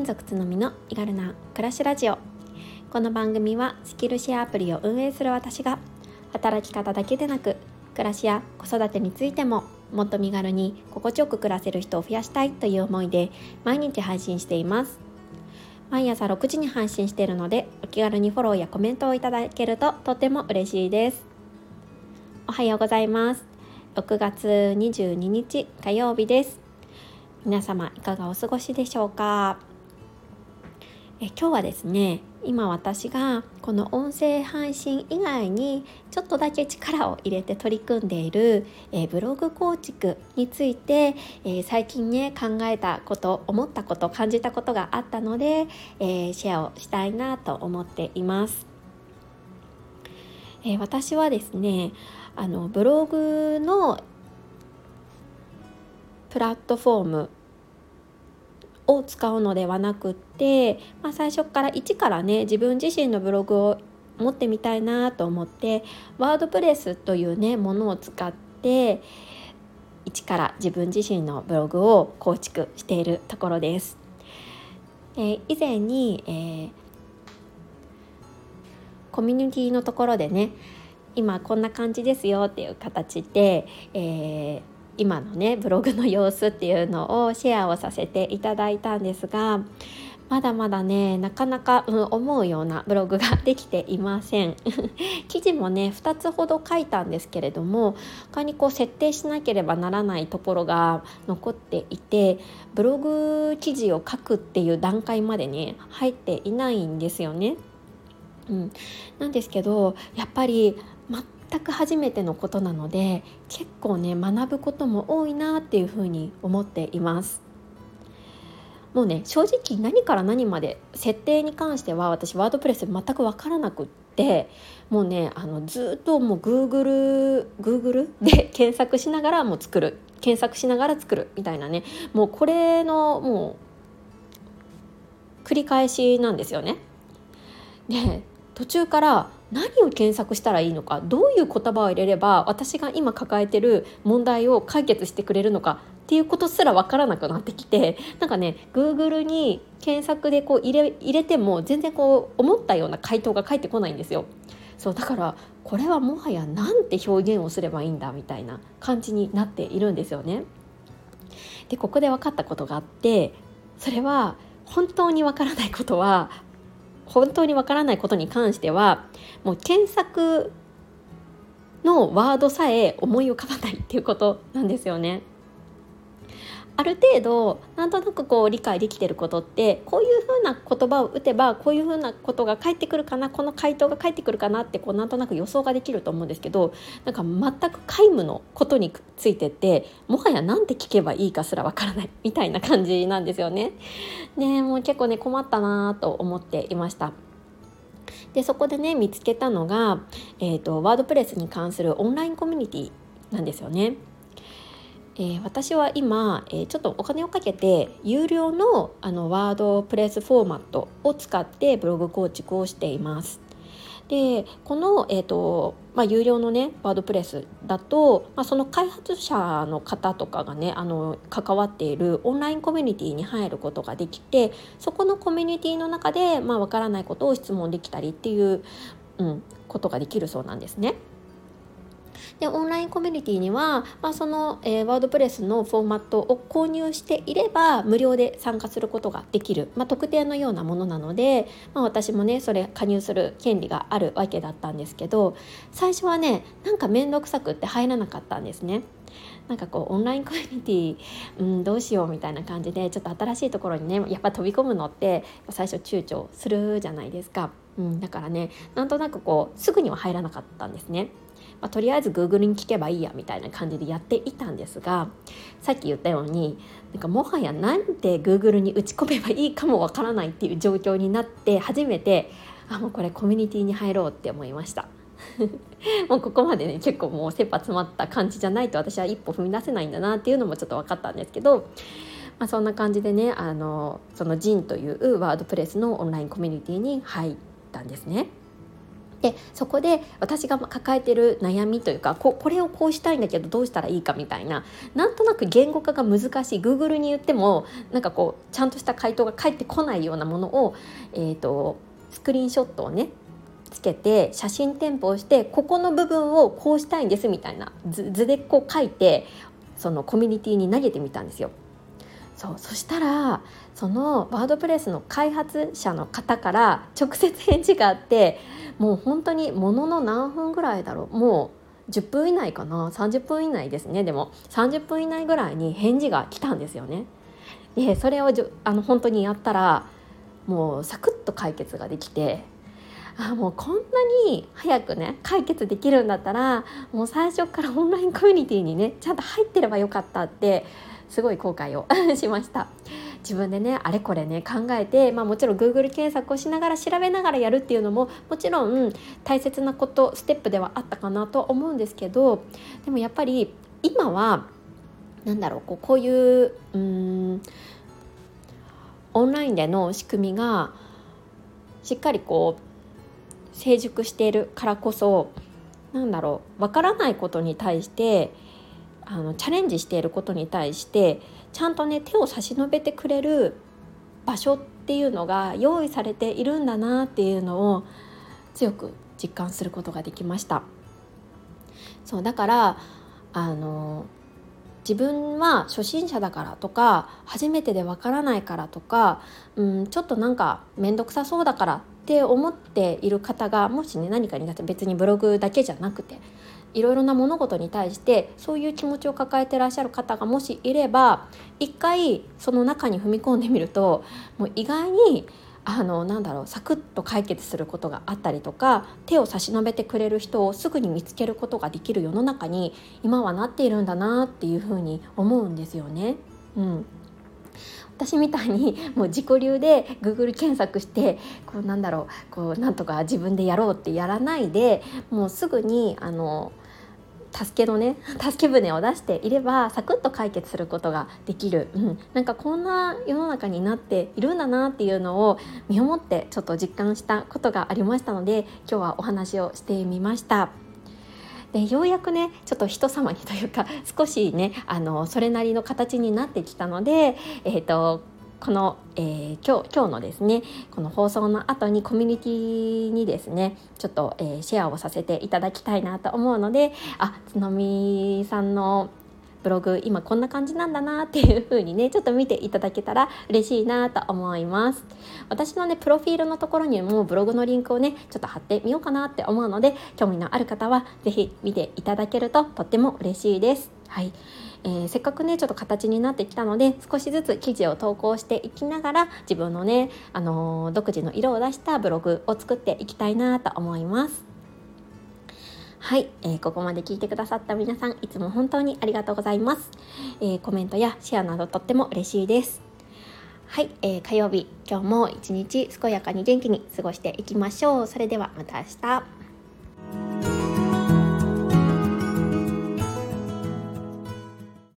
金属つのみの身軽な暮らしラジオ。この番組はスキルシェアアプリを運営する私が働き方だけでなく暮らしや子育てについてももっと身軽に心地よく暮らせる人を増やしたいという思いで毎日配信しています。毎朝6時に配信しているのでお気軽にフォローやコメントをいただけるととても嬉しいです。おはようございます。6月22日火曜日です。皆様いかがお過ごしでしょうか。今日はですね、今私がこの音声配信以外にちょっとだけ力を入れて取り組んでいる、ブログ構築について、最近ね考えたこと思ったこと感じたことがあったので、シェアをしたいなと思っています。私はですねブログのプラットフォームを使うのではなくって、最初から一からね自分自身のブログを持ってみたいなと思ってワードプレスというねものを使って一から自分自身のブログを構築しているところです。以前に、コミュニティのところでね今こんな感じですよっていう形で、今のねブログの様子っていうのをシェアをさせていただいたんですが、まだまだねなかなか、思うようなブログができていません記事もね2つほど書いたんですけれども、他に設定しなければならないところが残っていて、ブログ記事を書くっていう段階までね入っていないんですよね。なんですけどやっぱり全く初めてのことなので結構ね学ぶことも多いなっていうふうに思っています。もうね正直何から何まで設定に関しては私ワードプレス全く分からなくって、もうねずっともう Google で検索しながら作るみたいなね、もうこれのもう繰り返しなんですよね。で途中から何を検索したらいいのか、どういう言葉を入れれば私が今抱えてる問題を解決してくれるのかっていうことすら分からなくなってきて、なんかね Google に検索で入れても全然思ったような回答が返ってこないんですよ。そうだからこれはもはやなんて表現をすればいいんだみたいな感じになっているんですよね。でここで分かったことがあって、それは本当に分からないことに関してはもう検索のワードさえ思い浮かばないっていうことなんですよね。ある程度なんとなく理解できてることって、こういう風な言葉を打てばこういう風なことが返ってくるかな、この回答が返ってくるかなってなんとなく予想ができると思うんですけど、なんか全く皆無のことについてってもはやなんて聞けばいいかすらわからないみたいな感じなんですよね。ね、もう結構ね困ったなと思っていました。でそこでね見つけたのが、ワードプレスに関するオンラインコミュニティなんですよね。私は今、ちょっとお金をかけて有料のワードプレスフォーマットを使ってブログ構築をしています。でこの、有料のねワードプレスだと、その開発者の方とかがね関わっているオンラインコミュニティに入ることができて、そこのコミュニティの中で、わからないことを質問できたりっていう、ことができるそうなんですね。でオンラインコミュニティには、その、ワードプレスのフォーマットを購入していれば無料で参加することができる、特典のようなものなので、私もねそれ加入する権利があるわけだったんですけど、最初はねなんか面倒くさくって入らなかったんですね。なんかオンラインコミュニティ、どうしようみたいな感じでちょっと新しいところにねやっぱ飛び込むのって最初躊躇するじゃないですか。だからねなんとなくすぐには入らなかったんですね。とりあえず Google に聞けばいいやみたいな感じでやっていたんですが、さっき言ったようになんかもはやなんて Google に打ち込めばいいかもわからないっていう状況になって初めてもうこれコミュニティに入ろうって思いましたもうここまでね結構もう切羽詰まった感じじゃないと私は一歩踏み出せないんだなっていうのもちょっと分かったんですけど、そんな感じでねそのジンというワードプレスのオンラインコミュニティに入ったんですね。 でそこで私が抱えてる悩みというか、これをこうしたいんだけどどうしたらいいかみたいな、なんとなく言語化が難しい、 Google に言ってもなんかこうちゃんとした回答が返ってこないようなものを、スクリーンショットをねつけて写真添付をして、ここの部分をこうしたいんですみたいな図でこう書いて、そのコミュニティに投げてみたんですよ。そしたらそのワードプレスの開発者の方から直接返事があって、もう本当にものの何分ぐらいだろう、もう10分以内かな、30分以内ですね。でも30分以内ぐらいに返事が来たんですよね。でそれを本当にやったらもうサクッと解決ができて、もうこんなに早くね解決できるんだったら、もう最初からオンラインコミュニティにねちゃんと入ってればよかったってすごい後悔をしました。自分でねあれこれね考えて、もちろん Google 検索をしながら調べながらやるっていうのももちろん大切なことステップではあったかなと思うんですけど、でもやっぱり今はこういうオンラインでの仕組みがしっかり成熟しているからこそ、わからないことに対してチャレンジしていることに対してちゃんとね手を差し伸べてくれる場所っていうのが用意されているんだなっていうのを強く実感することができました。だから自分は初心者だからとか初めてでわからないからとか、ちょっと面倒くさそうだからって思っている方がもしね何かになって、別にブログだけじゃなくていろいろな物事に対してそういう気持ちを抱えてらっしゃる方がもしいれば、一回その中に踏み込んでみるともう意外にサクッと解決することがあったりとか、手を差し伸べてくれる人をすぐに見つけることができる世の中に今はなっているんだなっていうふうに思うんですよね。私みたいにもう自己流で Google 検索してなんとか自分でやろうってやらないで、もうすぐに助け舟を出していればサクッと解決することができる、こんな世の中になっているんだなっていうのを身をもってちょっと実感したことがありましたので、今日はお話をしてみました。でようやくねちょっと人様にというか少しねそれなりの形になってきたので、この、今日のですねこの放送の後にコミュニティにですねちょっと、シェアをさせていただきたいなと思うので、つのみさんのブログ今こんな感じなんだなっていう風にねちょっと見ていただけたら嬉しいなと思います。私のねプロフィールのところにもブログのリンクをねちょっと貼ってみようかなって思うので、興味のある方はぜひ見ていただけるととっても嬉しいです。せっかくねちょっと形になってきたので、少しずつ記事を投稿していきながら自分のね、独自の色を出したブログを作っていきたいなと思います。ここまで聞いてくださった皆さんいつも本当にありがとうございます。コメントやシェアなどとっても嬉しいです。火曜日今日も一日健やかに元気に過ごしていきましょう。それではまた明日。